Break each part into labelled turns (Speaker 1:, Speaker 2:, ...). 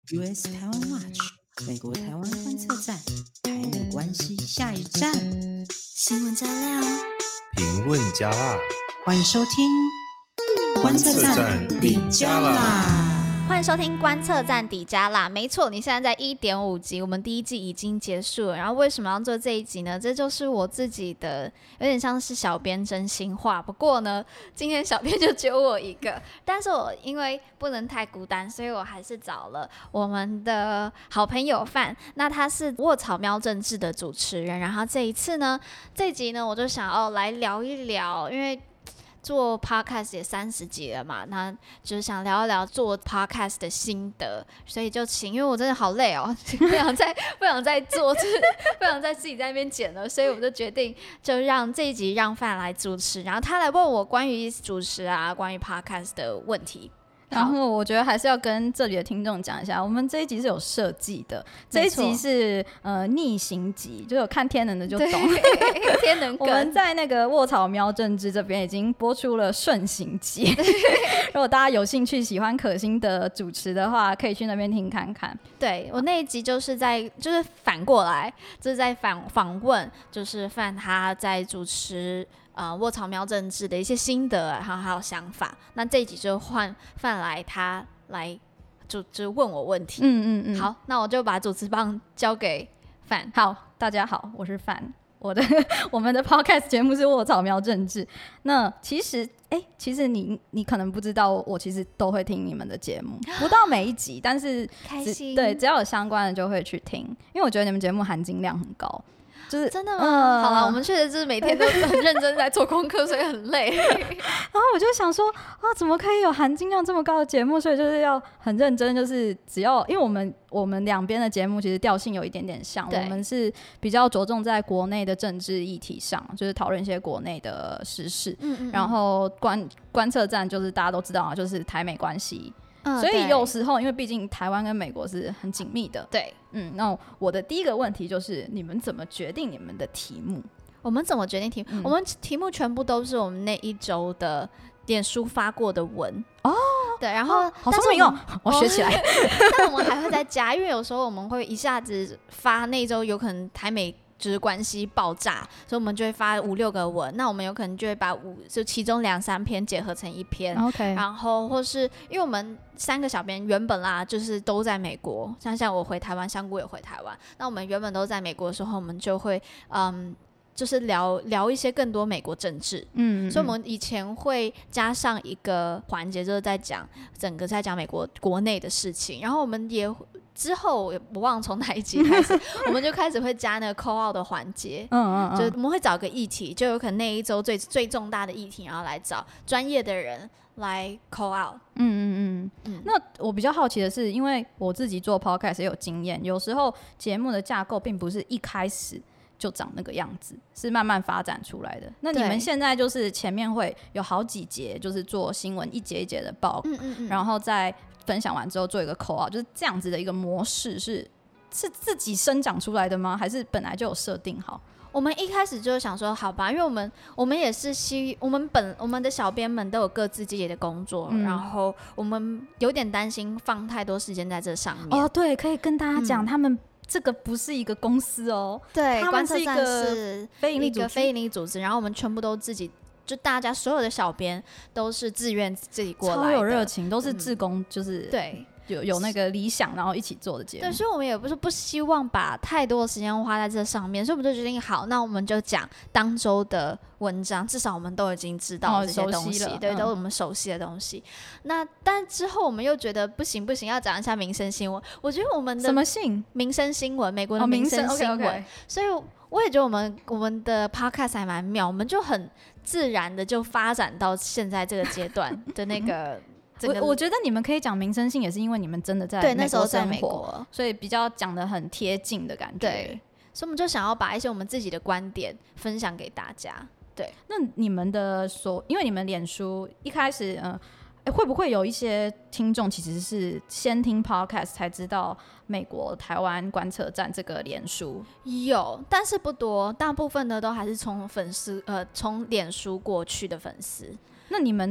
Speaker 1: US 台湾 Watch 美国台湾观测站，台美关系下一站。
Speaker 2: 新闻加料，
Speaker 3: 评论加辣，
Speaker 1: 欢迎收听观测站底加啦。
Speaker 2: 欢迎收听观测站底加啦。没错，你现在在 1.5 集，我们第一季已经结束了。然后为什么要做这一集呢？这就是我自己的，有点像是小编真心话。不过呢，今天小编就只有我一个，但是我因为不能太孤单，所以我还是找了我们的好朋友范。那他是卧草喵政治的主持人，然后这一集呢，我就想要来聊一聊，因为做 podcast 也30集了嘛，那就是想聊一聊做 podcast 的心得，所以就因为我真的好累哦，不想再做，不想再自己在那边剪了，所以我就决定就让这一集让范来主持，然后他来问我关于主持啊、关于 podcast 的问题。
Speaker 4: 然后我觉得还是要跟这里的听众讲一下，我们这一集是有设计的，这一集是逆行集，就有看天能的就懂。
Speaker 2: 天能梗。
Speaker 4: 我们在那个卧草喵政治这边已经播出了顺行集，如果大家有兴趣喜欢可心的主持的话，可以去那边听看看。
Speaker 2: 对，我那一集就是反过来，就是在访问，就是范他在主持卧草喵政治的一些心得，然后还有想法。那这一集就换范来，他来就问我问题。好，那我就把主持棒交给范。
Speaker 4: 好，大家好，我是范。我们的 podcast 节目是卧草喵政治。那其实你可能不知道，我其实都会听你们的节目，不到每一集，但是
Speaker 2: 开心。
Speaker 4: 对，只要有相关的就会去听，因为我觉得你们节目含金量很高。就是
Speaker 2: 真的吗？好了，我们确实是每天都很认真在做功课，所以很累。
Speaker 4: 然后我就想说，怎么可以有含金量这么高的节目？所以就是要很认真，就是只要因为我们两边的节目其实调性有一点点像，我们是比较着重在国内的政治议题上，就是讨论一些国内的时事。然后观测站就是大家都知道啊，就是台美关系。所以有时候因为毕竟台湾跟美国是很紧密的。
Speaker 2: 对。
Speaker 4: 那我的第一个问题就是你们怎么决定你们的题目？
Speaker 2: 我们怎么决定题目？我们题目全部都是我们那一周的脸书发过的文哦。对，然后
Speaker 4: 好聪明哦，我学起来。
Speaker 2: 但我们还会再加，因为有时候我们会一下子发那周有可能台美就是关系爆炸，所以我们就会发5-6个文，那我们有可能就会把就其中2-3篇结合成一篇。
Speaker 4: OK，
Speaker 2: 然后或是因为我们3个小编原本啦就是都在美国，像我回台湾，香菇也回台湾，那我们原本都在美国的时候，我们就会就是聊一些更多美国政治。所以我们以前会加上一个环节，就是在讲美国国内的事情，然后我们也之后我忘了从哪一集开始我们就开始会加那个 call out 的环节。就我们会找个议题，就有可能那一周最重大的议题，然后来找专业的人来 call out。
Speaker 4: 那我比较好奇的是，因为我自己做 podcast 也有经验，有时候节目的架构并不是一开始就长那个样子，是慢慢发展出来的。那你们现在就是前面会有好几节，就是做新闻一节一节的报，然后再分享完之后做一个口号，就是这样子的一个模式是自己生长出来的吗？还是本来就有设定好？
Speaker 2: 我们一开始就想说好吧，因为我们也是我们的小编们都有各自自己的工作，然后我们有点担心放太多时间在这上面。
Speaker 4: 对，可以跟大家讲，他们这个不是一个公司哦，
Speaker 2: 对，
Speaker 4: 他们是一个非营利组织，
Speaker 2: 然后我们全部都自己，就大家所有的小编都是自愿自己过来的，
Speaker 4: 超有热情，都是志工，就是
Speaker 2: 对。
Speaker 4: 有那个理想，然后一起做的节目。
Speaker 2: 对，所以我们也不希望把太多的时间花在这上面，所以我们就决定好，那我们就讲当周的文章，至少我们都已经知道这些东西，对，都是我们熟悉的东西。但之后我们又觉得不行，要讲一下民生新闻。我觉得我们的
Speaker 4: 什么新
Speaker 2: 民生新闻，美国的民生新闻，
Speaker 4: okay.
Speaker 2: 所以我也觉得我们的 podcast 还蛮妙，我们就很自然的就发展到现在这个阶段的那个。
Speaker 4: 我觉得你们可以讲民生性，也是因为你们真的在美国生活，
Speaker 2: 对，那时候在美国，
Speaker 4: 所以比较讲得很贴近的感觉。
Speaker 2: 对，所以我们就想要把一些我们自己的观点分享给大家。对，
Speaker 4: 那你们的因为你们脸书一开始会不会有一些听众其实是先听 podcast 才知道美国台湾观测站这个脸书？
Speaker 2: 有，但是不多，大部分的都还是从脸书过去的粉丝。
Speaker 4: 那你们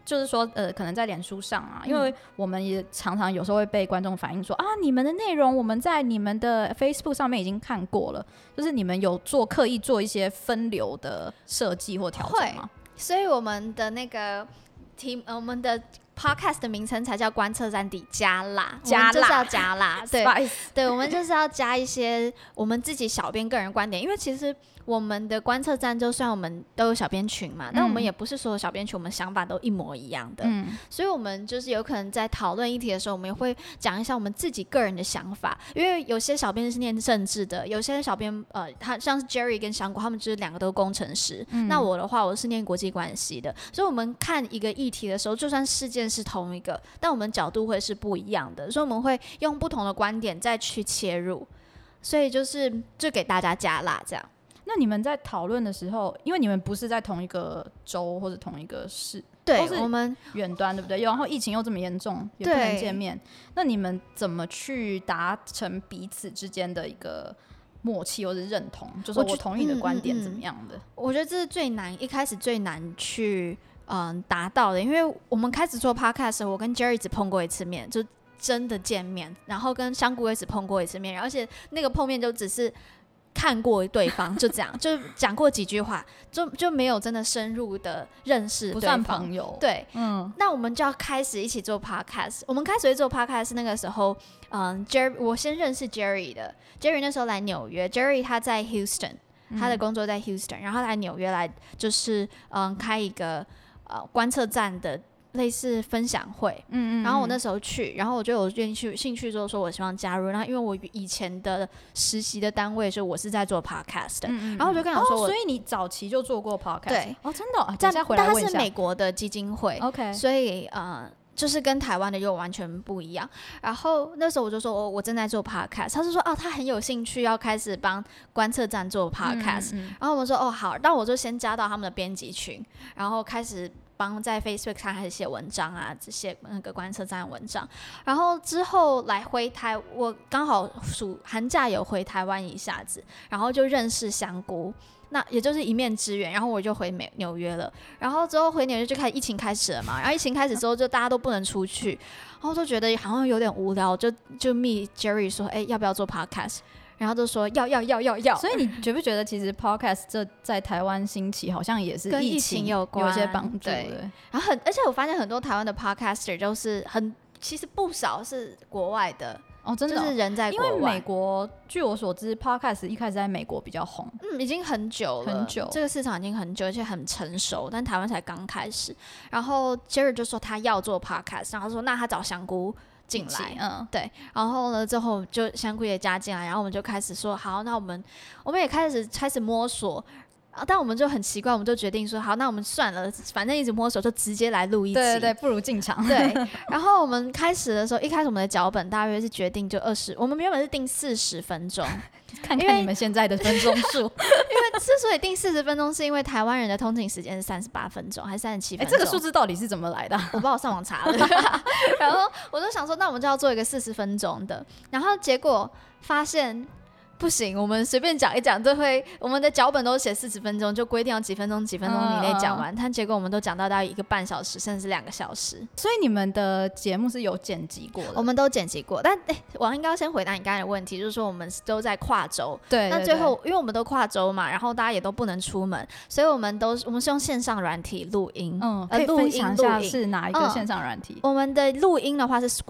Speaker 4: 就是说可能在脸书上啊，因为我们也常常有时候会被观众反映说啊，你们的内容我们在你们的 Facebook 上面已经看过了，就是你们有刻意做一些分流的设计或调整吗？
Speaker 2: 所以我们的那个我们的 podcast 的名称才叫观测站底加辣，我们就是要加辣，对对，我们就是要加一些我们自己小编个人观点，因为其实我们的观测站就算我们都有小编群嘛，但我们也不是所有小编群我们想法都一模一样的，所以我们就是有可能在讨论议题的时候，我们也会讲一下我们自己个人的想法，因为有些小编是念政治的，有些小编他像是 Jerry 跟香果，他们就是两个都工程师，那我的话我是念国际关系的，所以我们看一个议题的时候，就算事件是同一个，但我们角度会是不一样的，所以我们会用不同的观点再去切入，所以就给大家加辣这样。
Speaker 4: 那你们在讨论的时候，因为你们不是在同一个州或者同一个市，
Speaker 2: 对，我们
Speaker 4: 远端对不对？然后疫情又这么严重，也不能见面，那你们怎么去达成彼此之间的一个默契或者认同？就是我同意你的观点怎么样的？
Speaker 2: 我觉得这是最难，一开始最难去达到的，因为我们开始做 podcast 的时候，我跟 Jerry 只碰过一次面，就真的见面，然后跟香菇也只碰过一次面，而且那个碰面就只是看过对方，就这样，就讲过几句话，就没有真的深入的认识对方，
Speaker 4: 不算朋友。
Speaker 2: 对，那我们就要开始一起做 podcast。我们开始做 podcast 那个时候，Jerry 我先认识 Jerry 的 ，Jerry 那时候来纽约 ，Jerry 他在 Houston， 他的工作在 Houston，然后来纽约来就是开一个观测站的类似分享会，然后我那时候去，然后我就有兴趣之后说我希望加入，然后因为我以前的实习的单位是我是在做 podcast 的，然后我就跟他说
Speaker 4: 所以你早期就做过 podcast，
Speaker 2: 对，
Speaker 4: 真的，但
Speaker 2: 它是美国的基金会
Speaker 4: ，OK，
Speaker 2: 所以就是跟台湾的又完全不一样。然后那时候我就说我正在做 podcast， 他就说他很有兴趣要开始帮观测站做 podcast，然后我们说好，那我就先加到他们的编辑群，然后开始帮在 Facebook 上开始写文章啊，写那个观测站的文章。然后之后来回台，我刚好寒假有回台湾一下子，然后就认识香菇。那也就是一面之缘，然后我就回纽约了，然后之后回纽约就开始疫情开始了嘛，然后疫情开始之后就大家都不能出去，然后都觉得好像有点无聊，就密 Jerry 说要不要做 podcast， 然后就说要。
Speaker 4: 所以你觉不觉得其实 podcast 这在台湾兴起好像也是
Speaker 2: 跟疫情有关，
Speaker 4: 有些帮助，
Speaker 2: 对。然后而且我发现很多台湾的 podcaster 就是其实不少是国外的。
Speaker 4: 真的
Speaker 2: 就是人在国外，
Speaker 4: 因为美国据我所知 podcast 一开始在美国比较红，
Speaker 2: 已经很久了，这个市场已经很久，而且很成熟，但台湾才刚开始。然后 Jerry 就说他要做 podcast， 然后说那他找香菇进来，对，然后呢之后就香菇也加进来，然后我们就开始说好，那我们也开始摸索。但我们就很奇怪，我们就决定说好，那我们算了，反正一直摸索，就直接来录一集。
Speaker 4: 对，不如进场。
Speaker 2: 对，然后我们开始的时候，一开始我们的脚本大约是决定就20，我们原本是定40分钟，
Speaker 4: 看看你们现在的分钟数。
Speaker 2: 因为之所以定40分钟，是因为台湾人的通勤时间是38分钟还是37分钟？
Speaker 4: 这个数字到底是怎么来的？
Speaker 2: 我不知道，我上网查了。然后我就想说，那我们就要做一个40分钟的，然后结果发现。不行，我们随便讲一讲我们的脚本都写40分钟，就规定要几分钟以内讲完，但结果我们都讲到大概1个半小时，甚至2个小时。
Speaker 4: 所以你们的节目是有剪辑过的？
Speaker 2: 我们都剪辑过，但我应该要先回答你刚才的问题，就是说我们都在跨州。
Speaker 4: 对，
Speaker 2: 那最后因为我们都跨州嘛，然后大家也都不能出门，所以我们是用线上软体录音。
Speaker 4: 可以分享一下是哪一个线上软体？
Speaker 2: 我们的录音的话是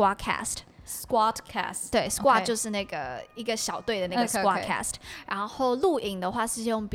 Speaker 2: Squadcast。对 ，Squad 就是那个一个小队的那个 Squadcast， 然后录影的话是用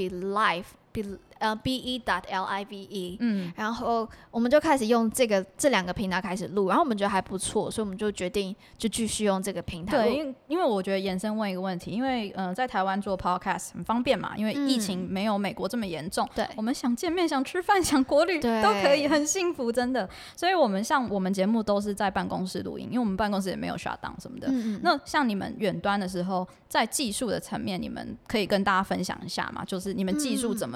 Speaker 2: BE.live， 然后我们就开始用这2个平台开始录，然后我们觉得还不错，所以我们就决定就继续用这个平台录。
Speaker 4: 对，因为我觉得延伸问一个问题，因为在台湾做 podcast 很方便嘛，因为疫情没有美国这么严重，
Speaker 2: 对，
Speaker 4: 我们想见面、想吃饭、想国旅都可以，很幸福，真的。所以我们节目都是在办公室录音，因为我们办公室也没有 shut down 什么的。那像你们远端的时候，在技术的层面，你们可以跟大家分享一下嘛？就是你们技术怎么去达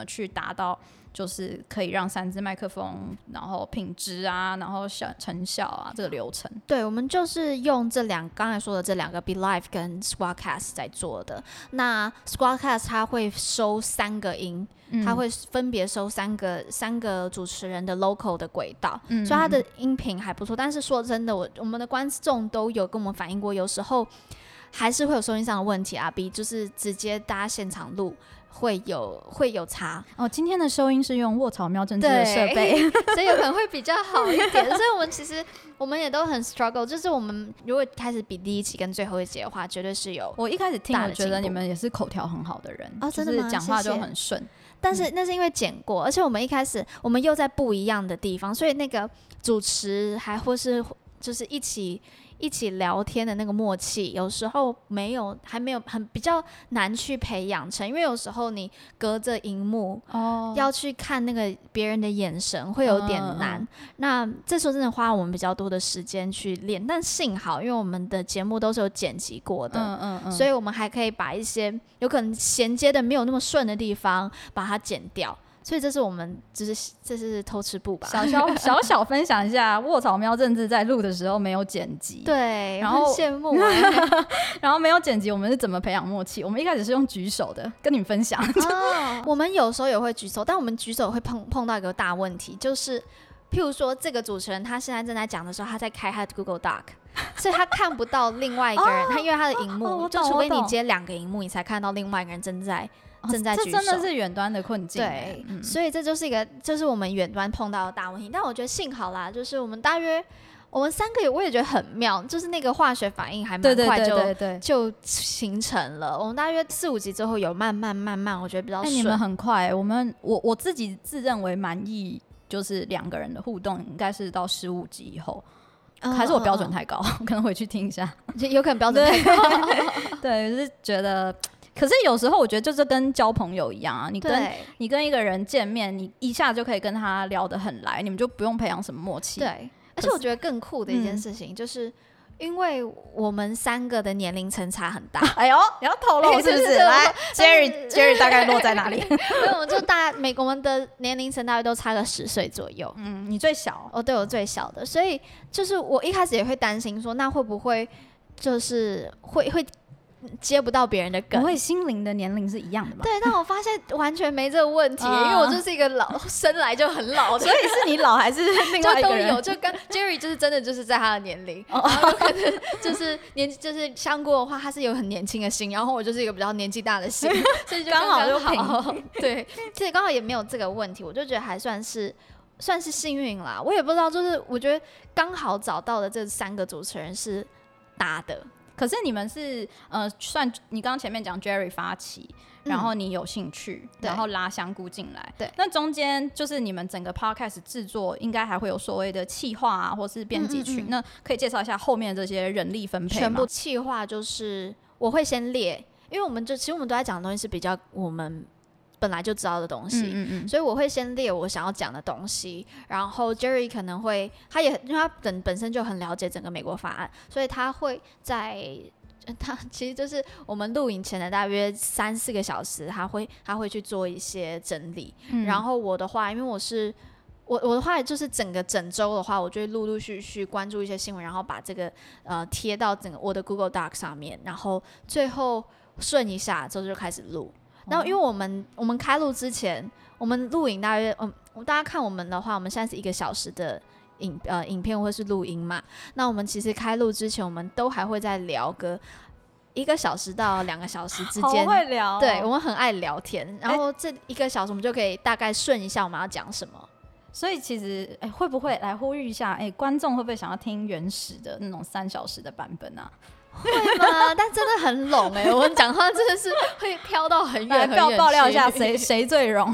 Speaker 4: 达到就是可以让3支麦克风，然后品质啊，然后成效啊，这个流程。
Speaker 2: 对，我们就是用刚才说的这两个 Be Live 跟 Squadcast 在做的。那 Squadcast 它会收3个音，它会分别收三个主持人的 local 的轨道，所以它的音频还不错。但是说真的，我们的观众都有跟我们反映过，有时候还是会有收音上的问题啊，比就是直接大家现场录会有差
Speaker 4: 哦。今天的收音是用卧草喵政治的设备，
Speaker 2: 所以有可能会比较好一点。所以我们也都很 struggle， 就是我们如果开始比第一期跟最后一集的话，绝对是有。
Speaker 4: 我一开始听，我觉得你们也是口条很好的人
Speaker 2: 哦，真的吗？
Speaker 4: 就是讲话就很顺。
Speaker 2: 但是那是因为剪过，而且我们一开始我们又在不一样的地方，所以那个主持还或是就是一起聊天的那个默契，有时候还没有比较难去培养成，因为有时候你隔着荧幕要去看那个别人的眼神会有点难。那这时候真的花我们比较多的时间去练，但幸好因为我们的节目都是有剪辑过的，所以我们还可以把一些有可能衔接的没有那么顺的地方把它剪掉。所以这是我们这是偷吃步吧，
Speaker 4: 小分享一下，卧草喵政治在录的时候没有剪辑，
Speaker 2: 对，
Speaker 4: 然后
Speaker 2: 很羡慕
Speaker 4: 然后没有剪辑，我们是怎么培养默契？我们一开始是用举手的，跟你们分享。
Speaker 2: 我们有时候也会举手，但我们举手会碰到一个大问题，就是譬如说这个主持人他现在正在讲的时候，他在开他的 Google Doc， 所以他看不到另外一个人，他因为他的荧幕，就除非你接2个荧幕，你才看到另外一个人正在举手。
Speaker 4: 这真的是远端的困境。
Speaker 2: 对，所以这就是我们远端碰到的大问题。但我觉得幸好啦，就是我们3个我也觉得很妙，就是那个化学反应还蛮快就形成了。我们大约4、5集之后有慢慢，我觉得比较顺。
Speaker 4: 你们很快，我自己自认为满意，就是2个人的互动应该是到15集以后。还是我标准太高，可能回去听一下，
Speaker 2: 有可能标准太高。
Speaker 4: 对，就是觉得。可是有时候我觉得就是跟交朋友一样啊，你跟一个人见面，你一下就可以跟他聊得很来，你们就不用培养什么默契。
Speaker 2: 对，而且我觉得更酷的一件事情就是。因为我们3个的年龄层差很大，
Speaker 4: 哎呦，你要透露是不是？来 ，Jerry 大概落在哪里？
Speaker 2: 因为我们就我们的年龄层大概都差个10岁左右。
Speaker 4: 你最小
Speaker 2: 哦，对，我最小的，所以就是我一开始也会担心说，那会不会就是会接不到别人的梗？
Speaker 4: 不会，心灵的年龄是一样的嘛？
Speaker 2: 对，但我发现完全没这个问题，因为我就是一个生来就很老的，
Speaker 4: 所以是你老还是另外一个人？
Speaker 2: 就都有，就跟 Jerry 就是真的就是在他的年龄，然后可能就是就是香菇的话，他是有很年轻的心，然后我就是一个比较年纪大的心，所以就
Speaker 4: 刚好就平。
Speaker 2: 对，所以刚好也没有这个问题，我就觉得还算是幸运啦。我也不知道，就是我觉得刚好找到的这3个主持人是搭的。
Speaker 4: 可是你们是算你刚刚前面讲 Jerry 发起，然后你有兴趣，然后拉香菇进来，
Speaker 2: 对，
Speaker 4: 那中间就是你们整个 podcast 制作应该还会有所谓的企划啊，或是编辑群，那可以介绍一下后面这些人力分配吗？
Speaker 2: 全部企划就是我会先列，因为其实我们都在讲的东西是比较我们本来就知道的东西，所以我会先列我想要讲的东西，然后 Jerry 可能会，因为他本身就很了解整个美国法案，所以他会他其实就是我们录影前的大约3、4个小时，他会去做一些整理，然后我的话，因为我的话就是整周的话，我就会陆陆续续关注一些新闻，然后把这个贴到整个我的 Google Doc 上面，然后最后顺一下之后就开始录。然后因为我们开录之前，我们录影大约大家看我们的话，我们现在是1个小时的影片或是录音嘛。那我们其实开录之前，我们都还会再聊个1个小时到2个小时之间。
Speaker 4: 好会聊
Speaker 2: 对，我们很爱聊天。然后这1个小时，我们就可以大概顺一下我们要讲什么。
Speaker 4: 所以其实会不会来呼吁一下？观众会不会想要听原始的那种3小时的版本啊？
Speaker 2: 会吗？但真的很拢我们讲话真的是会飘到很远很远去。
Speaker 4: 爆料一下谁最拢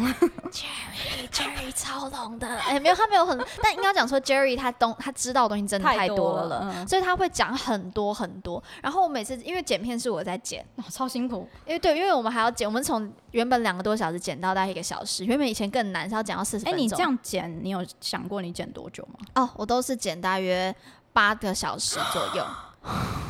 Speaker 2: ？Jerry 超拢的，没有他没有很，但应该讲说 Jerry 他知道的东西真的太多了，所以他会讲很多很多。然后我每次因为剪片是我在剪，
Speaker 4: 超辛苦。
Speaker 2: 因为我们还要剪，我们从原本2个多小时剪到大概1个小时，原本以前更难，是要剪到40分钟。
Speaker 4: 你这样剪，你有想过你剪多久吗？
Speaker 2: 我都是剪大约8个小时左右。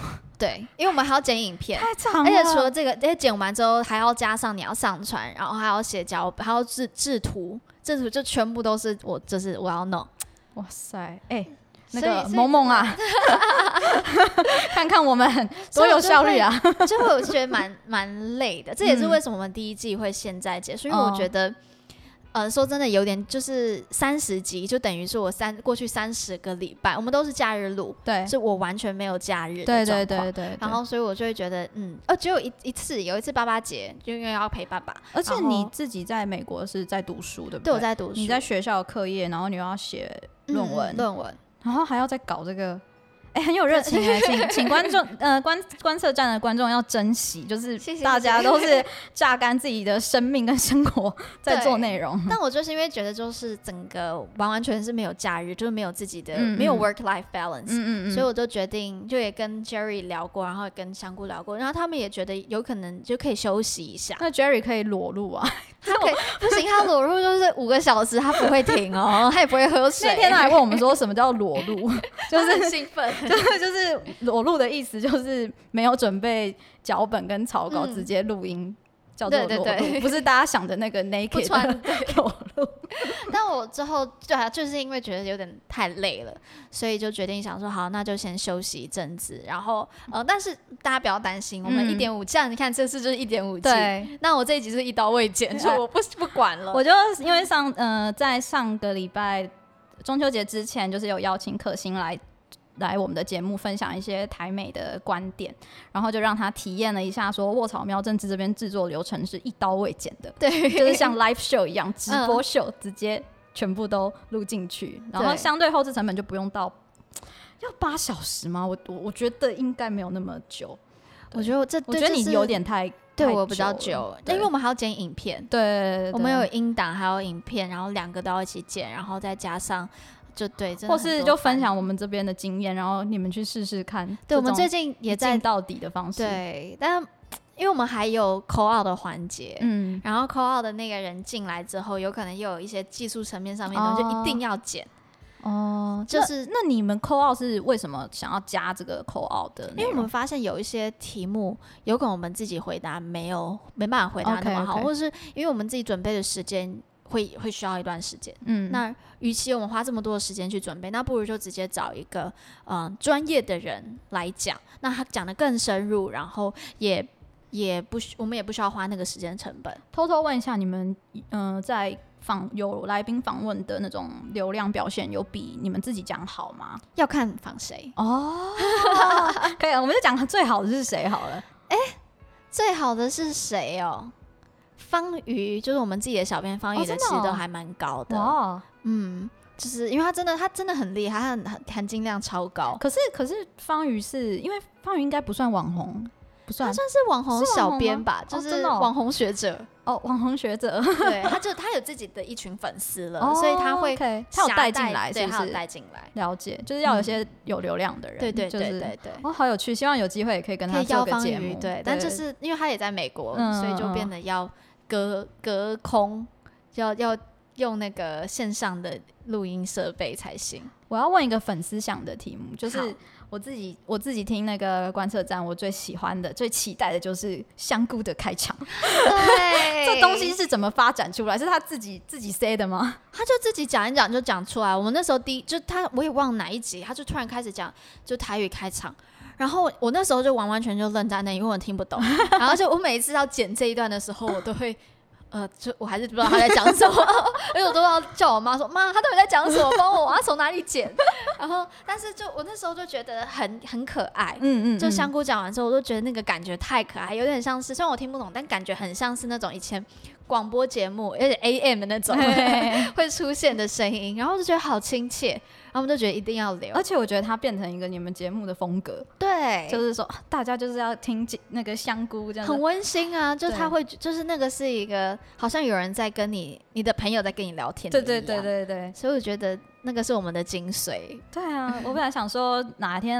Speaker 2: 对，因为我们还要剪影片，
Speaker 4: 太长了。
Speaker 2: 而且除了这个，剪完之后还要加上你要上传，然后还要写脚本，还要制图，制图就全部都是我，就是我要弄。
Speaker 4: 哇塞，那
Speaker 2: 所以
Speaker 4: 个萌萌啊，看看我们多有效率啊！
Speaker 2: 就会我觉得蛮累的，这也是为什么我们第一季会现在结束，因为我觉得。说真的，有点就是30集，就等于是我过去30个礼拜，我们都是假日录，
Speaker 4: 对，
Speaker 2: 是我完全没有假日的状况。对。然后，所以我就会觉得，只有有一次爸爸节，就因为要陪爸爸。
Speaker 4: 而且你自己在美国是在读书，对不对？
Speaker 2: 对，我在读书。
Speaker 4: 你在学校的课业，然后你又要写论文，然后还要再搞这个。很有热情请观众观测站的观众要珍惜，就是大家都是榨干自己的生命跟生活在做内容。
Speaker 2: 但我就是因为觉得就是整个完全是没有假日，就是没有自己的没有 work life balance，所以我就决定就也跟 Jerry 聊过，然后也跟香菇聊过，然后他们也觉得有可能就可以休息一下。
Speaker 4: 那 Jerry 可以裸露啊？
Speaker 2: 他可以不行，他裸露就是5个小时，他不会停哦，他也不会喝水。
Speaker 4: 那天他还问我们说什么叫裸露，就是
Speaker 2: 很兴奋。
Speaker 4: 就是裸露的意思，就是没有准备脚本跟草稿，直接录音，叫做裸露，不是大家想的那个 naked 的裸露。
Speaker 2: 但我之后就是因为觉得有点太累了，所以就决定想说好，那就先休息一阵子。然后但是大家不要担心，我们1.5，这样你看这次就是1.5季，那我这一集是一刀未剪，就我不管了。
Speaker 4: 我就因为在上个礼拜中秋节之前，就是有邀请可心来我们的节目分享一些台美的观点，然后就让他体验了一下说卧草喵政治这边制作流程是一刀未剪的，对，就是像 live show 一样直播秀，直接全部都录进去，然后相对后置成本就不用到要8小时吗？我觉得应该没有那么久。我觉得你有点太
Speaker 2: 对我比较久，因为我们还要剪影片，
Speaker 4: 对，
Speaker 2: 我们有音档还有影片，然后2个都要一起剪，然后再加上。就对，
Speaker 4: 或是就分享我们这边的经验，然后你们去试试看。
Speaker 2: 对，我们最近也在
Speaker 4: 进到底的方式。
Speaker 2: 对，但因为我们还有 call out 的环节，然后 call out 的那个人进来之后，有可能又有一些技术层面上面的东西，就一定要剪。就是
Speaker 4: 那你们 call out 是为什么想要加这个 call out 的？
Speaker 2: 因为我们发现有一些题目，有可能我们自己回答没办法回答那么好，或是因为我们自己准备的时间。会需要一段时间，那与其我们花这么多的时间去准备，那不如就直接找一个专业的人来讲，那他讲得更深入，然后我们也不需要花那个时间成本。
Speaker 4: 偷偷问一下，你们在有来宾访问的那种流量表现，有比你们自己讲好吗？
Speaker 2: 要看访谁
Speaker 4: 可以，我们就讲最好的是谁好了。
Speaker 2: 最好的是谁哦？方瑜就是我们自己的小编方瑜的，其实都还蛮高的。就是因为他真的很厉害，他含金量超高。
Speaker 4: 可是方瑜是因为方瑜应该不算网红，不算，
Speaker 2: 他算是网红小编吧，就是网红学者。
Speaker 4: 网红学者，
Speaker 2: 对，他有自己的一群粉丝了，所以他会
Speaker 4: 他有带进来，
Speaker 2: 对，他有带进来，
Speaker 4: 了解，就是要有些有流量的人，
Speaker 2: 对，
Speaker 4: 好有趣，希望有机会也可以跟他做个节目，
Speaker 2: 对，但就是因为他也在美国，所以就变得要隔空，要用那个线上的录音设备才行。
Speaker 4: 我要问一个粉丝想的题目，就是我自己听那个观测站，我最喜欢的、最期待的就是香菇的开场。
Speaker 2: 对，
Speaker 4: 这东西是怎么发展出来？是他自己 say 的吗？
Speaker 2: 他就自己讲一讲就讲出来。我们那时候我也忘了哪一集，他就突然开始讲就台语开场。然后我那时候就完全就愣在那，因为我听不懂。然后就我每一次要剪这一段的时候，我都会就我还是不知道他在讲什么，因为我都要叫我妈说，妈，他到底在讲什么？帮我要从哪里剪？然后，但是我那时候就觉得很可爱，就香菇讲完之后，我就觉得那个感觉太可爱，有点像是虽然我听不懂，但感觉很像是那种以前广播节目，而且 AM 的那种会出现的声音，然后就觉得好亲切。然后我们就觉得一定要留，
Speaker 4: 而且我觉得它变成一个你们节目的风格，
Speaker 2: 对，
Speaker 4: 就是说大家就是要听那个香菇这样，
Speaker 2: 很温馨啊，就他会就是那个是一个好像有人在跟你的朋友在跟你聊天的一样，对，所以我觉得那个是我们的精髓。
Speaker 4: 对啊，我本来想说哪一天来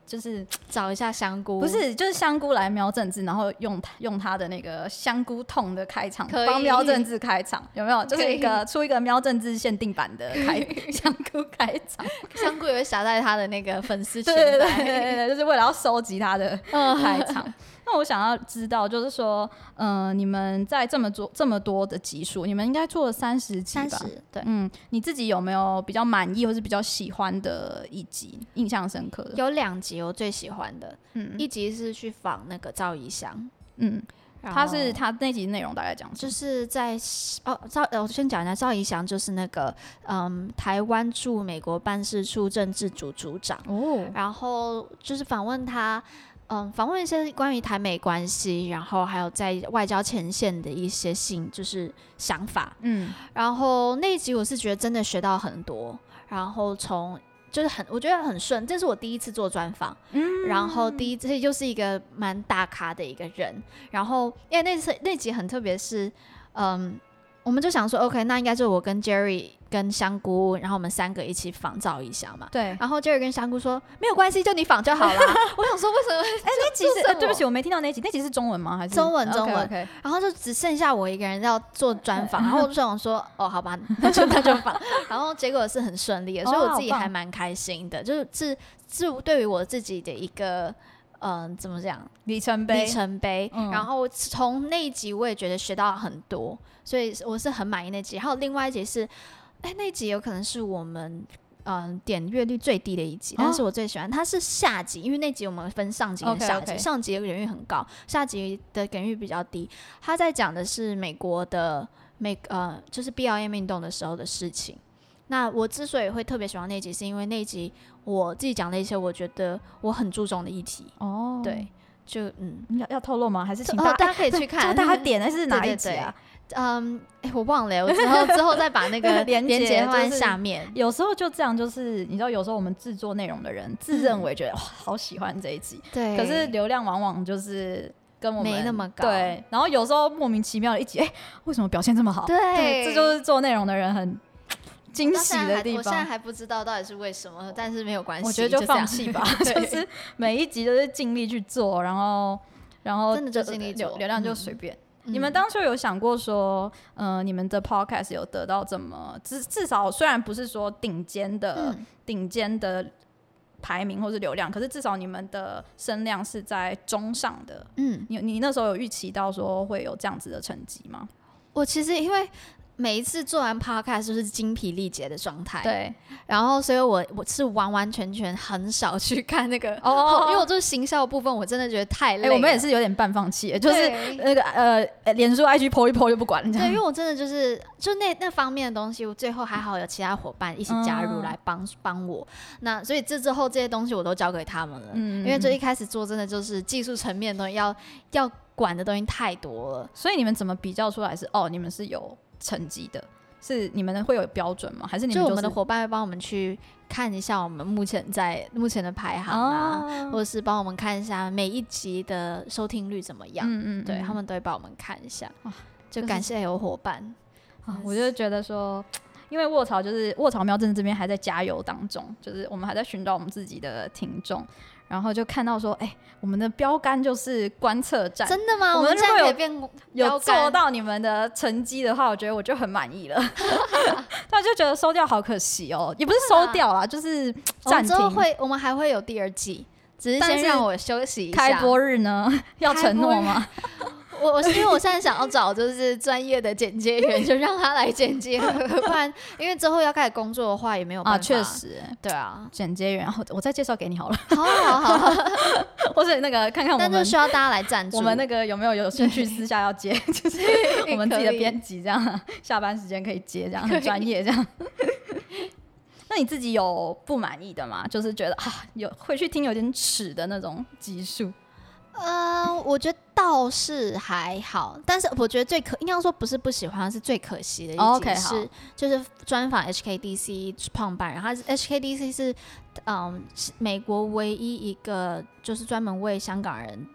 Speaker 4: 就是
Speaker 2: 找一下香菇，
Speaker 4: 不是就是香菇来瞄政治，然后用他的那个香菇痛的开场
Speaker 2: 可以
Speaker 4: 帮瞄政治开场，有没有？就是出一个瞄政治限定版的香菇开场，
Speaker 2: 香菇也会撒在他的那个粉丝群，
Speaker 4: 对，就是为了要收集他的开场。那我想要知道，就是说，你们在这么多的集数，你们应该做了30集吧？
Speaker 2: 对，
Speaker 4: 你自己有没有比较满意或是比较喜欢的一集，印象深刻的？
Speaker 2: 有2集我最喜欢的，一集是去访那个赵怡翔，他那集内容大概讲什么？ 就是在我先讲一下，赵怡翔就是那个台湾驻美国办事处政治组组长，然后就是访问他。访问一些关于台美关系，然后还有在外交前线的一些就是想法，然后那一集我是觉得真的学到很多，然后我觉得很顺，这是我第一次做专访，然后这就是一个蛮大咖的一个人，然后因为那集很特别是，我们就想说 OK， 那应该就是我跟 Jerry 跟香菇，然后我们3个一起访赵怡翔嘛。
Speaker 4: 对。
Speaker 2: 然后 Jerry 跟香菇说没有关系，就你访就好啦。我想说为什么？
Speaker 4: 那集是对不起，我没听到那集。那集是中文吗？还是
Speaker 2: 中文
Speaker 4: ？Okay.
Speaker 2: 然后就只剩下我一个人要做专访，然后我就想说哦，好吧，那就访。然后结果是很顺利的，所以我自己还蛮开心的，就是对于我自己的一个。怎么讲？
Speaker 4: 里程碑。
Speaker 2: 然后从那一集我也觉得学到很多，所以我是很满意那集。还有另外一集是，那一集有可能是我们点阅率最低的一集，但是我最喜欢它是下集，因为那集我们分上集跟下集，上集的点阅很高，下集的点阅比较低。他在讲的是美国的就是 BLM 运动的时候的事情。那我之所以会特别喜欢那一集，是因为那一集我自己讲了一些我觉我觉得我很注重的议题。对，就
Speaker 4: 要透露吗？还是请
Speaker 2: 大家可以去看，
Speaker 4: 大家点的是哪一集啊？
Speaker 2: 我忘了，我之后再把那个连结放在下面。
Speaker 4: 有时候就这样，就是你知道，有时候我们制作内容的人自认为觉得哇，好喜欢这一集，
Speaker 2: 对，
Speaker 4: 可是流量往往就是跟我们
Speaker 2: 没那么高，
Speaker 4: 对。然后有时候莫名其妙的一集，为什么表现这么好？
Speaker 2: 对，
Speaker 4: 这就是做内容的人很惊喜的地方。
Speaker 2: 我现在还不知道到底是为什么，但是没有关系，
Speaker 4: 我觉得就放弃吧。就是每一集都是尽力去做，然后
Speaker 2: 真的就尽力做，
Speaker 4: 流量就随便。你们当初有想过说，你们的 podcast 有得到这么至少虽然不是说顶尖的排名或是流量，可是至少你们的声量是在中上的。你那时候有预期到说会有这样子的成绩吗？
Speaker 2: 我其实因为每一次做完 podcast 就是精疲力竭的状态，
Speaker 4: 对，
Speaker 2: 然后所以我是完完全全很少去看那个因为我做行销的部分我真的觉得太累了。
Speaker 4: 我们也是有点半放弃，就是那个脸书 IG po 一 po 就不管了。
Speaker 2: 对，因为我真的就那方面的东西，我最后还好有其他伙伴一起加入来帮我。那所以之后这些东西我都交给他们了，因为就一开始做真的就是技术层面的东西要管的东西太多了。
Speaker 4: 所以你们怎么比较出来是你们是有成绩的？是你们会有标准吗？还是你们
Speaker 2: 就我们的伙伴会帮我们去看一下我们目前的排行啊，或者是帮我们看一下每一集的收听率怎么样？对，他们都会帮我们看一下。就感谢有伙伴。
Speaker 4: 我就觉得说，因为卧槽喵政治这边还在加油当中，就是我们还在寻找我们自己的听众。然后就看到说，我们的标杆就是观测站。
Speaker 2: 真的吗？
Speaker 4: 我们
Speaker 2: 现在可以变
Speaker 4: 有做到你们的成绩的话，我觉得我就很满意了。但就觉得收掉好可惜哦，也不是收掉啦，就是暂停。
Speaker 2: 我们还会有第2季，只是先让我休息一下。
Speaker 4: 开播日呢？要承诺吗？
Speaker 2: 因为我现在想要找就是专业的剪接员，就让他来剪接，不然因为之后要开始工作的话也没有办法。
Speaker 4: 确实，
Speaker 2: 对啊，
Speaker 4: 剪接员，然后我再介绍给你好了。
Speaker 2: 好，
Speaker 4: 或者那个看看我们，
Speaker 2: 但是需要大家来赞助。
Speaker 4: 我们那个有没有兴趣私下要接，就是我们自己的编辑这样，下班时间可以接，这样很专业这样。那你自己有不满意的吗？就是觉得有回去听有点耻的那种集数。
Speaker 2: 我觉得倒是还好，但是我觉得应该说不是不喜欢，是最可惜的一集是就是专访 HKDC 创办人，他 HKDC 是美国唯一一个就是专门为香港人的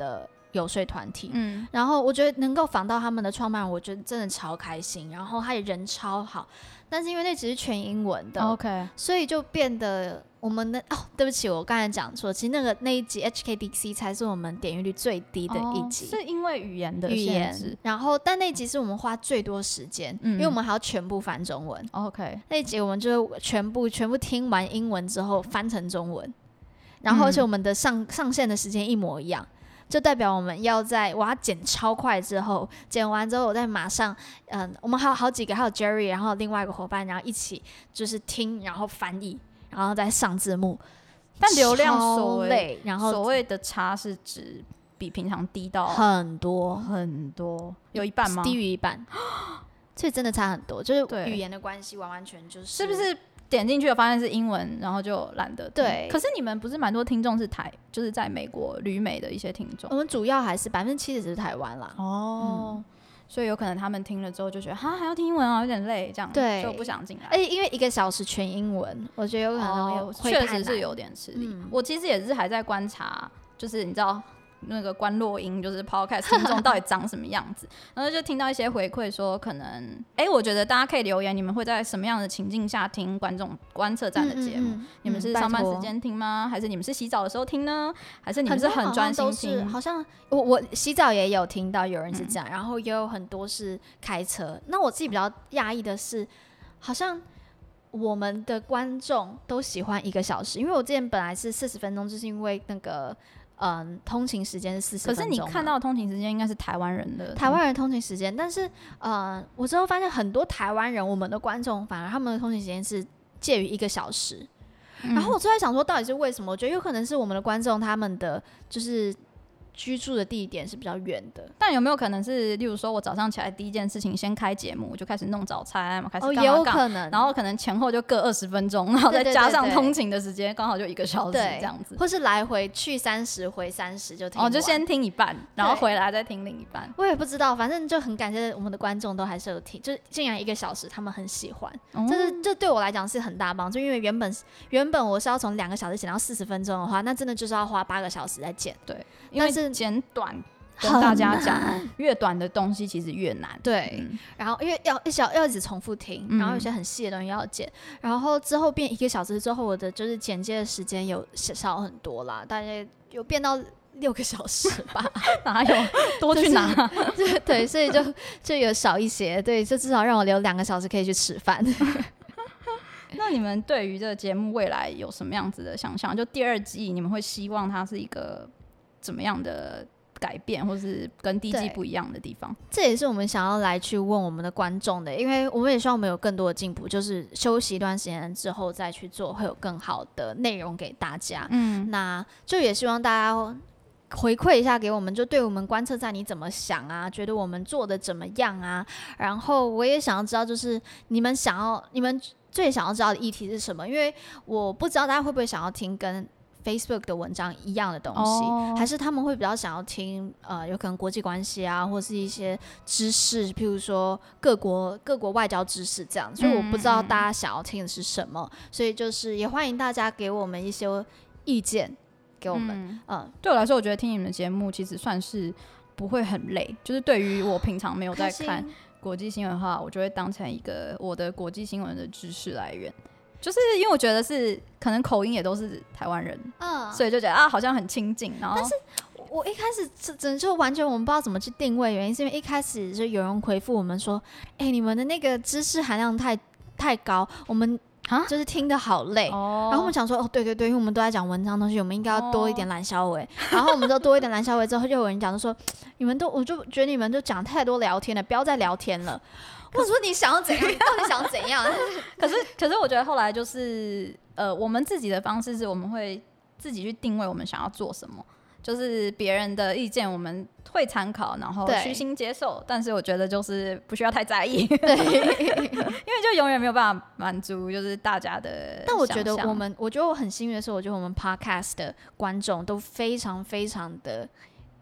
Speaker 2: 游说团体，然后我觉得能够访到他们的创办人，我觉得真的超开心，然后他也人超好，但是因为那只是全英文的
Speaker 4: OK，
Speaker 2: 所以就变得我们的对不起，我刚才讲错，其实那一集 HKDC 才是我们点阅率最低的一集，
Speaker 4: 是因为语言的限制，
Speaker 2: 然后但那集是我们花最多时间，因为我们还要全部翻中文。
Speaker 4: OK，
Speaker 2: 那一集我们就全部听完英文之后翻成中文，然后而且我们的上线的时间一模一样。就代表我们我要剪超快之后，剪完之后我再马上，我们还有好几个，还有 Jerry， 然后另外一个伙伴，然后一起就是听，然后翻译，然后再上字幕。
Speaker 4: 但流量
Speaker 2: 然后
Speaker 4: 所谓的差是指比平常低到
Speaker 2: 很多
Speaker 4: 很多，有一半吗？
Speaker 2: 低于一半，所以真的差很多，就是语言的关系，完完全就是
Speaker 4: 是不是？点进去发现是英文，然后就懒得听。
Speaker 2: 对，
Speaker 4: 可是你们不是蛮多听众是就是在美国旅美的一些听众？
Speaker 2: 我们主要还是70%是台湾啦。
Speaker 4: 所以有可能他们听了之后就觉得还要听英文有点累，这样
Speaker 2: 对
Speaker 4: 就不想进来。
Speaker 2: 而且因为1个小时全英文，我觉得有可能
Speaker 4: 确实是有点吃力。我其实也是还在观察，就是你知道。那个关落音就是 podcast 听众到底长什么样子，然后就听到一些回馈说，可能我觉得大家可以留言，你们会在什么样的情境下听观测站的节目？你们是上班时间听吗？还是你们是洗澡的时候听呢？还是你们是很专心听？
Speaker 2: 好像我洗澡也有听到有人是这样，然后也有很多是开车。那我自己比较讶异的是，好像我们的观众都喜欢1个小时，因为我之前本来是40分钟，就是因为那个。通勤时间是40分钟。
Speaker 4: 可是你看到的通勤时间应该是台湾人的
Speaker 2: 通勤时间，但是我之后发现很多台湾人，我们的观众反而他们的通勤时间是介于1个小时。然后我就在想说，到底是为什么？我觉得有可能是我们的观众他们的就是居住的地点是比较远的。
Speaker 4: 但有没有可能是，例如说我早上起来第一件事情先开节目，我就开始弄早餐，开始
Speaker 2: 也有可能，
Speaker 4: 然后可能前后就各20分钟，然后再加上通勤的时间，刚好就1个小时这样子，
Speaker 2: 或是来回去30回30就听完，
Speaker 4: 就先听一半，然后回来再听另一半。
Speaker 2: 我也不知道，反正就很感谢我们的观众都还是有听，就是竟然1个小时他们很喜欢，这对我来讲是很大帮助，因为原本我是要从2个小时剪到40分钟的话，那真的就是要花8个小时在剪。
Speaker 4: 对，因为是剪短。跟大家讲，越短的东西其实越难。
Speaker 2: 对，然后因为要一直重复听，然后有些很细的东西要剪，然后之后变1个小时之后，我的就是剪接的时间有少很多啦，大概有变到6个小时吧。
Speaker 4: 哪有多去哪？
Speaker 2: 对，所以就有少一些，对，就至少让我留2个小时可以去吃饭。
Speaker 4: 那你们对于这个节目未来有什么样子的想象？就第2季，你们会希望它是一个怎么样的改变，或是跟第一季不一样的地方？
Speaker 2: 这也是我们想要来去问我们的观众的，因为我们也希望我们有更多的进步，就是休息一段时间之后再去做，会有更好的内容给大家。那就也希望大家回馈一下给我们，就对我们观测站你怎么想啊？觉得我们做的怎么样啊？然后我也想要知道，就是你们最想要知道的议题是什么？因为我不知道大家会不会想要听跟Facebook 的文章一样的东西，还是他们会比较想要听有可能国际关系啊，或是一些知识，譬如说各国外交知识这样，所以我不知道大家想要听的是什么，所以就是也欢迎大家给我们一些意见给我们。
Speaker 4: 对我来说，我觉得听你们的节目其实算是不会很累，就是对于我平常没有在看国际新闻的话，我就会当成一个我的国际新闻的知识来源。就是因为我觉得是可能口音也都是台湾人，所以就觉得好像很亲近。然后，
Speaker 2: 但是我一开始真的就完全我们不知道怎么去定位，原因是因为一开始就有人回复我们说，你们的那个知识含量太高，我们就是听得好累。然后我们想说，对，因为我们都在讲文章的东西，我们应该要多一点蓝小伟。然后我们就多一点蓝小伟之后，就有人讲说，我就觉得你们就讲太多聊天了，不要再聊天了。我说你想要怎样？你到底想怎样？
Speaker 4: 可是我觉得后来就是我们自己的方式是我们会自己去定位我们想要做什么，就是别人的意见我们会参考，然后虚心接受，但是我觉得就是不需要太在意，对，因为就永远没有办法满足就是大家的想象。
Speaker 2: 但我觉得我很幸运的是，我觉得我们 podcast 的观众都非常非常的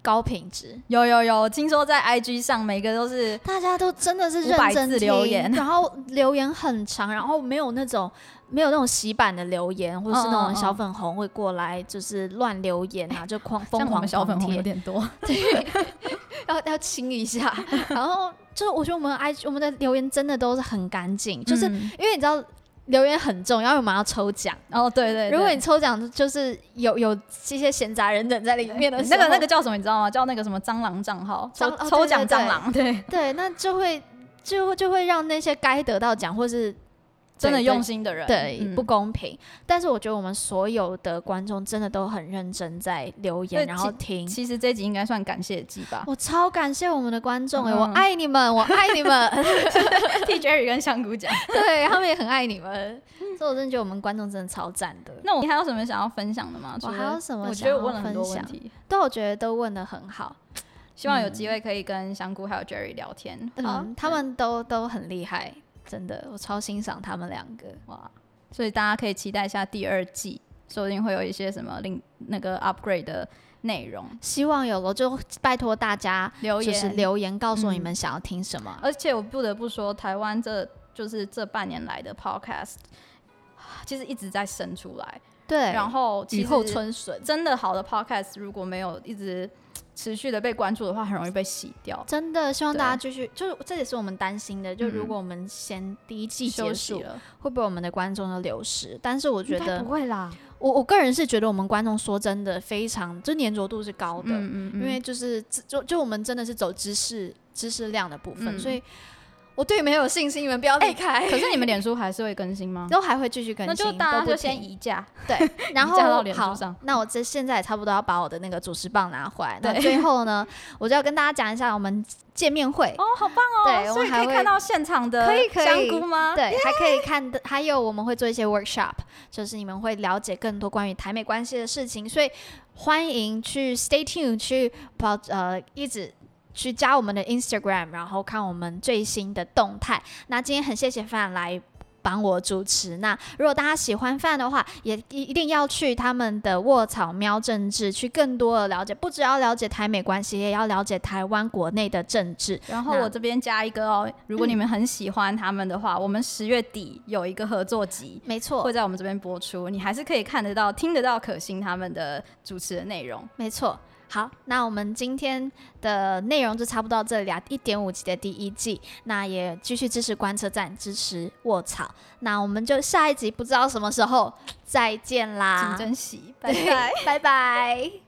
Speaker 2: 高品质。
Speaker 4: 有，听说在 IG 上每个都是
Speaker 2: 大家都真的是认
Speaker 4: 500字
Speaker 2: 真听
Speaker 4: 留言，
Speaker 2: 然后留言很长，然后没有那种洗版的留言，或是那种小粉红会过来就是乱留言啊，就疯狂
Speaker 4: 小粉红
Speaker 2: 贴
Speaker 4: 有点多，
Speaker 2: 要清一下。然后就是我觉得我们的留言真的都是很干净，就是因为你知道留言很重要，因为我们要抽奖。
Speaker 4: 对，
Speaker 2: 如果你抽奖就是有一些闲杂人等在里面的时候，
Speaker 4: 那个叫什么你知道吗？叫那个什么蟑螂账号，抽奖蟑螂，
Speaker 2: 对，那就会让那些该得到奖或是
Speaker 4: 真的用心的人
Speaker 2: 不公平。但是我觉得我们所有的观众真的都很认真在留言，然后听。
Speaker 4: 其实这集应该算感谢季吧。
Speaker 2: 我超感谢我们的观众我爱你们，我爱你们。
Speaker 4: 替 Jerry 跟香菇讲，
Speaker 2: 对他们也很爱你们。所以我真的觉得我们观众真的超赞的。
Speaker 4: 那你还有什么想要分享的吗？
Speaker 2: 我还有什么想要分享？
Speaker 4: 我觉得我问了很多问题，
Speaker 2: 但我觉得都问得很好。
Speaker 4: 希望有机会可以跟香菇还有 Jerry 聊天。
Speaker 2: 他们都很厉害，真的，我超欣赏他们2个。
Speaker 4: 哇！所以大家可以期待一下第2季，说不定会有一些什么那个 upgrade 的内容。
Speaker 2: 希望有了，就拜托大家就是留言告诉你们想要听什么。
Speaker 4: 而且我不得不说，台湾就是这半年来的 podcast 其实一直在生出来。
Speaker 2: 对，
Speaker 4: 然后
Speaker 2: 雨后春笋，
Speaker 4: 真的好的 podcast 如果没有一直持续的被关注的话，很容易被洗掉。
Speaker 2: 真的希望大家继续，就是这也是我们担心的，就如果我们先第1季结束了，会不会我们的观众就流失？但是我觉得
Speaker 4: 不会啦。
Speaker 2: 我个人是觉得我们观众说真的非常，就粘着度是高的，因为就我们真的是走知识量的部分，所以我对你们有信心，你们不要离开。
Speaker 4: 可是你们脸书还是会更新吗？
Speaker 2: 都还会继续更新，
Speaker 4: 那就大家就先移驾。
Speaker 2: 对，然后
Speaker 4: 移驾到脸书上。
Speaker 2: 好，那我现在也差不多要把我的那个主持棒拿回来。那最后呢，我就要跟大家讲一下我们见面会。
Speaker 4: 好棒哦！对，所以可以看到现场的香菇吗？
Speaker 2: 对，还可以看的，还有我们会做一些 workshop， 就是你们会了解更多关于台美关系的事情，所以欢迎去 stay tuned 去一直去加我们的 Instagram， 然后看我们最新的动态。那今天很谢谢范来帮我主持。那如果大家喜欢范的话，也一定要去他们的卧草喵政治，去更多的了解，不只要了解台美关系，也要了解台湾国内的政治。
Speaker 4: 然后我这边加一个哦，如果你们很喜欢他们的话，我们10月底有一个合作集，
Speaker 2: 没错，
Speaker 4: 会在我们这边播出，你还是可以看得到、听得到可心他们的主持的内容。
Speaker 2: 没错。好，那我们今天的内容就差不多到这里1.5集的第1季，那也继续支持观测站，支持卧草，那我们就下一集不知道什么时候再见啦，
Speaker 4: 请珍惜，拜拜，
Speaker 2: 拜拜。